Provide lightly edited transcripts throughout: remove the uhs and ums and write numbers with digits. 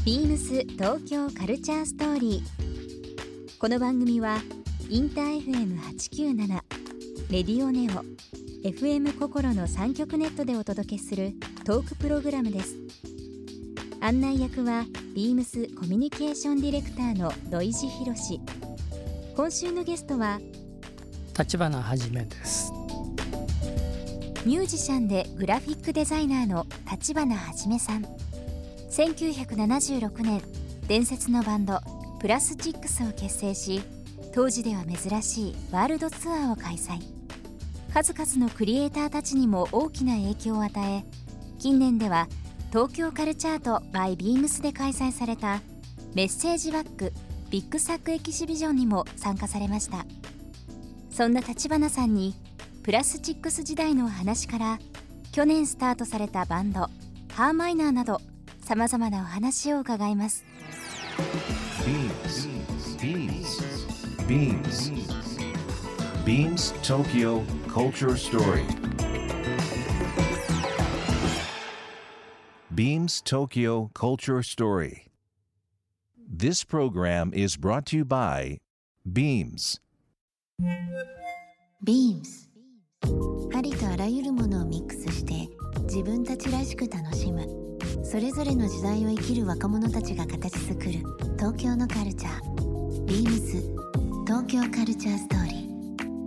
ビームス東京カルチャーストーリー。この番組はインター FM897 レディオネオ FM 心の3極ネットでお届けするトークプログラムです。案内役はビームスコミュニケーションディレクターの土井博志。今週のゲストは立花はじめです。 ミュージシャンでグラフィックデザイナーの立花はじめさん。1976年伝説のバンドプラスチックスを結成し、当時では珍しいワールドツアーを開催。数々のクリエイターたちにも大きな影響を与え、近年では東京カルチャート by ビームスで開催されたメッセージバックビッグサックエキシビジョンにも参加されました。そんな立花さんにプラスチックス時代の話から、去年スタートされたバンドハーマイナーなどさまざまなお話を伺います。 Beams Tokyo Culture Story. Beams Tokyo Culture Story. This program is brought to you by Beams. Beams ありとあらゆるものをミックスして自分たちらしく楽しむ、それぞれの時代を生きる若者たちが形作る東京のカルチャー。ビームス東京カルチャーストーリー。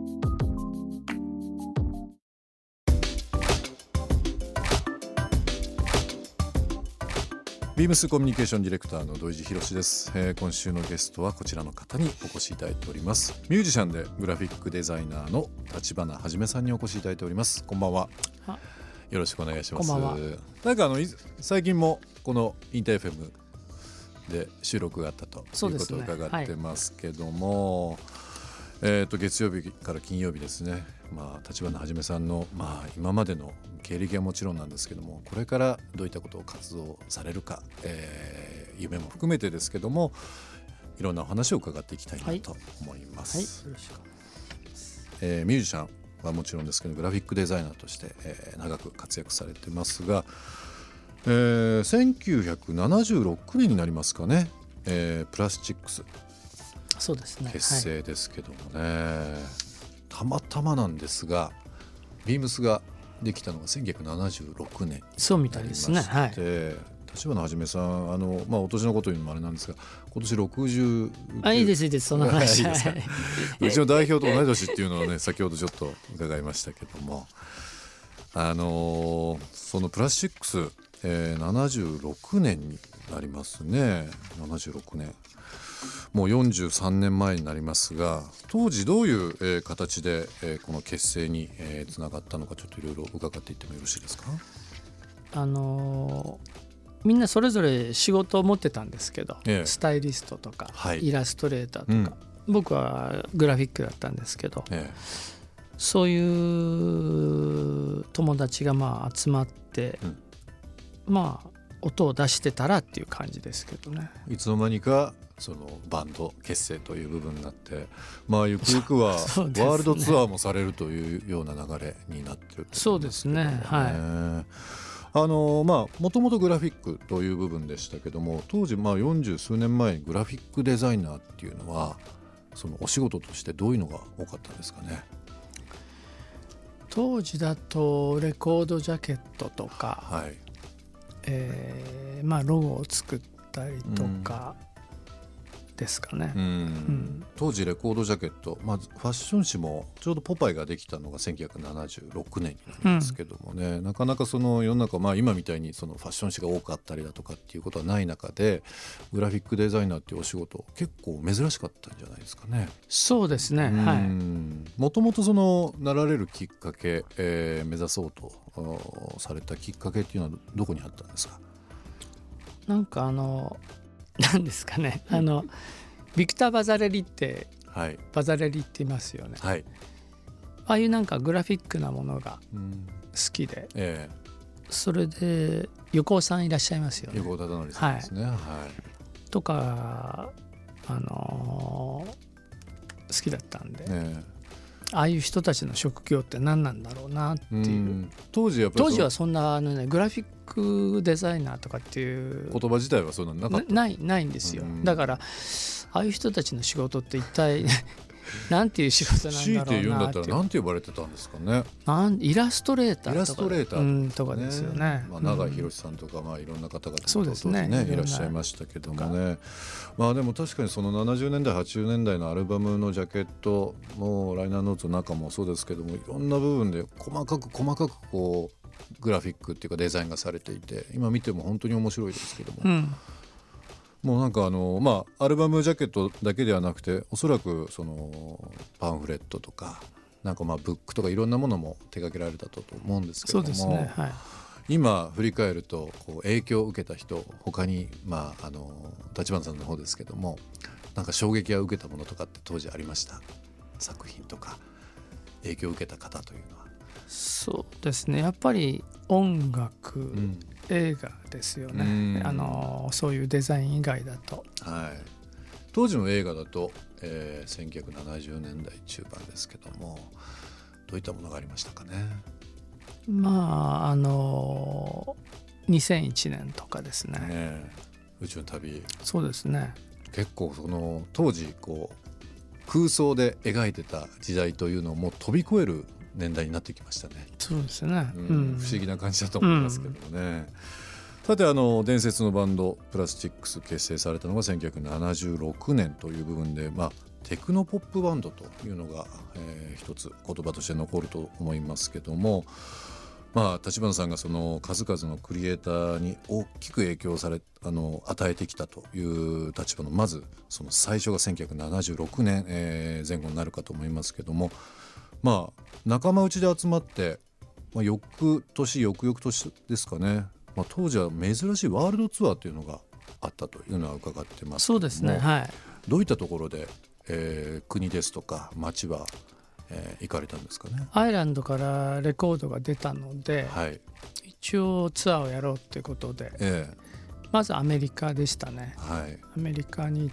ビームスコミュニケーションディレクターの土井博志です。今週のゲストはこちらの方にお越しいただいております。ミュージシャンでグラフィックデザイナーの立花はじめさんにお越しいただいております。こんばんは。よろしくお願いします。 こんばんは。 なんか最近もこのインター FM で収録があったということを伺ってますけども、月曜日から金曜日ですね、立花はじめさんの、今までの経歴はもちろんなんですけども、これからどういったことを活動されるか、夢も含めてですけども、いろんなお話を伺っていきたいなと思います。 よろしくお願いします。 ミュージシャンはもちろんですけど、グラフィックデザイナーとして、長く活躍されてますが、1976年になりますかね、プラスチックスそうですね、 結成ですけどもね、たまたまなんですがビームスができたのが1976年になりまして、 そうみたいですね。 立花はじめさん、お年のこと言うのもあれなんですが、今年60。 いいですいいです、その話。 いいですか。うちの代表と同い年っていうのはね、先ほどちょっと伺いましたけども、そのプラスチックス、76年になりますね。76年、もう43年前になりますが、当時どういう、形で、この結成に、つながったのか、ちょっといろいろ伺っていってもよろしいですか。 みんなそれぞれ仕事を持ってたんですけど、スタイリストとか、イラストレーターとか、僕はグラフィックだったんですけど、そういう友達が集まって、音を出してたらっていう感じですけどね。 いつの間にかそのバンド結成という部分になって、ゆくゆくはワールドツアーもされるというような流れになってる、 そうですね。 もともとグラフィックという部分でしたけども、当時40数年前にグラフィックデザイナーっていうのは、そのお仕事としてどういうのが多かったんですかね。 当時だとレコードジャケットとか、ロゴを作ったりとかですかね。当時レコードジャケット、ファッション誌もちょうどポパイができたのが1976年になりますけどもね、なかなかその世の中、今みたいにそのファッション誌が多かったりだとかっていうことはない中で、グラフィックデザイナーっていうお仕事結構珍しかったんじゃないですかね。 そうですね。 もともとそのなられるきっかけ、目指そうとされたきっかけっていうのはどこにあったんですか。 なんかなんですかね、ビクター・バザレリって、バザレリって言いますよね。ああいうなんかグラフィックなものが好きで、それで横尾さんいらっしゃいますよね。 横尾忠則さんですね。 とか好きだったんで、 ああいう人たちの職業って何なんだろうなっていう、 当時はそんなグラフィックデザイナーとかっていう言葉自体はそんななかった。 ないんですよ。だからああいう人たちの仕事って一体なんていう仕事なんだろうなって。 強いて言うんだったらなんて呼ばれてたんですかね。 イラストレーターとかですよね。 永井博さんとか、いろんな方々当時ねいらっしゃいましたけどもね。でも確かにその70年代80年代のアルバムのジャケットもライナーノーツの中もそうですけども、いろんな部分で細かくこうグラフィックっていうかデザインがされていて、今見ても本当に面白いですけども、もうなんかアルバムジャケットだけではなくて、おそらくそのパンフレットとかなんかブックとかいろんなものも手掛けられたと思うんですけども、 そうですね、はい、 今振り返るとこう影響を受けた人、他に立花さんの方ですけども、なんか衝撃を受けたものとかって当時ありました？作品とか影響を受けた方というのは。 そうですね、やっぱり音楽、映画ですよね。そういうデザイン以外だと、 当時の映画だと、1970年代中盤ですけども、どういったものがありましたかね。 2001年とかですね。 宇宙の旅。 そうですね。 結構その当時こう空想で描いてた時代というのをもう飛び越える年代になってきましたね。 そうですね、 不思議な感じだと思いますけどもね。さて伝説のバンドプラスチックス結成されたのが1976年という部分で、テクノポップバンドというのが、一つ言葉として残ると思いますけども、立花さんがその数々のクリエイターに大きく影響され与えてきたという立場の、まずその最初が1976年、前後になるかと思いますけども、仲間内で集まって、翌々年ですかね、当時は珍しいワールドツアーというのがあったというのは伺ってますけども。 そうですね、はい、 どういったところで、国ですとか町は、行かれたんですかね。 アイランドからレコードが出たので、一応ツアーをやろうということで、まずアメリカでしたね。アメリカに行って、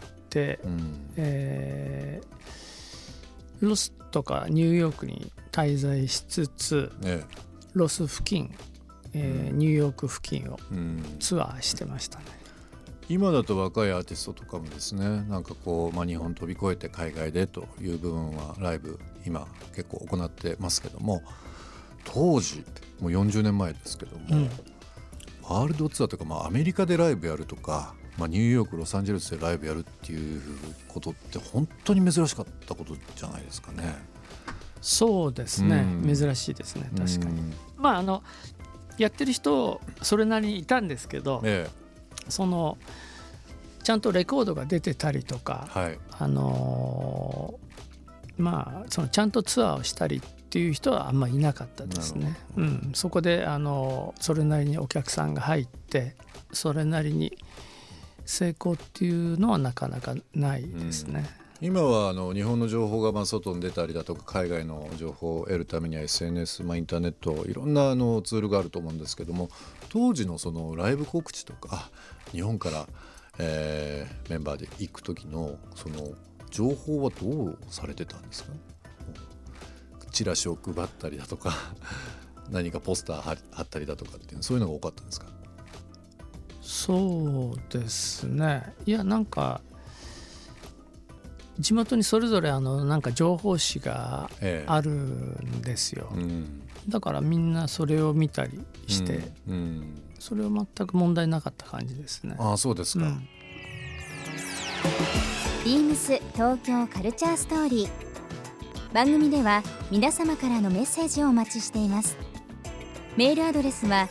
ロスとかニューヨークに滞在しつつ、ロス付近、ニューヨーク付近をツアーしてましたね。 今だと若いアーティストとかもですね、なんかこう、日本飛び越えて海外でという部分はライブ今結構行ってますけども、当時もう40年前ですけども、ワールドツアーとか、アメリカでライブやるとか、ニューヨークロサンゼルスでライブやるっていうことって本当に珍しかったことじゃないですかね。 そうですね、珍しいですね、確かに。やってる人それなりにいたんですけど、そのちゃんとレコードが出てたりとか、そのちゃんとツアーをしたりっていう人はあんまりいなかったですね。そこでそれなりにお客さんが入って、それなりに成功っていうのはなかなかないですね。 今は日本の情報が外に出たりだとか、海外の情報を得るためには SNS、インターネット、いろんなツールがあると思うんですけども、当時のそのライブ告知とか日本から、メンバーで行く時のその情報はどうされてたんですか？チラシを配ったりだとか何かポスター貼ったりだとかっていう、そういうのが多かったんですか？ そうですね、いや、なんか地元にそれぞれなんか情報誌があるんですよ。だからみんなそれを見たりして、それは全く問題なかった感じですね。 そうですか。 ビームス東京カルチャーストーリー。番組では皆様からのメッセージをお待ちしています。メールアドレスは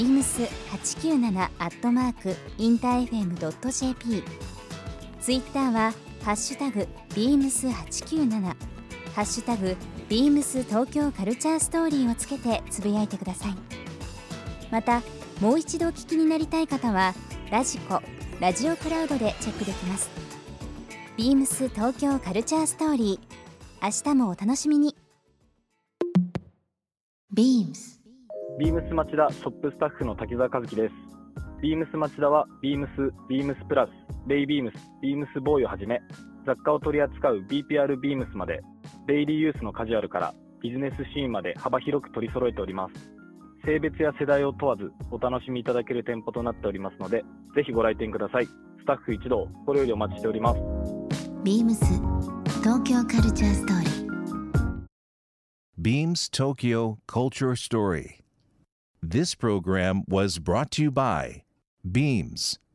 beams897@interfm.jp、 ツイッターはハッシュタグ beams897、 ハッシュタグ beams 東京カルチャーストーリーをつけてつぶやいてください。またもう一度お聞きになりたい方はラジコ、ラジオクラウドでチェックできます。ビームス東京カルチャーストーリー、明日もお楽しみに。 ビームス町田ショップスタッフの滝沢和樹です。ビームス町田はビームスプラス、レイビームス、ビームスボーイをはじめ雑貨を取り扱う BPR ビームスまでデイリーユースのカジュアルからビジネスシーンまで幅広く取り揃えております。性別や世代を問わずお楽しみいただける店舗となっておりますので、ぜひご来店ください。スタッフ一同心よりお待ちしております。 ビームス東京カルチャーストーリー。 Beams Tokyo Culture Story. This program was brought to you by Beams.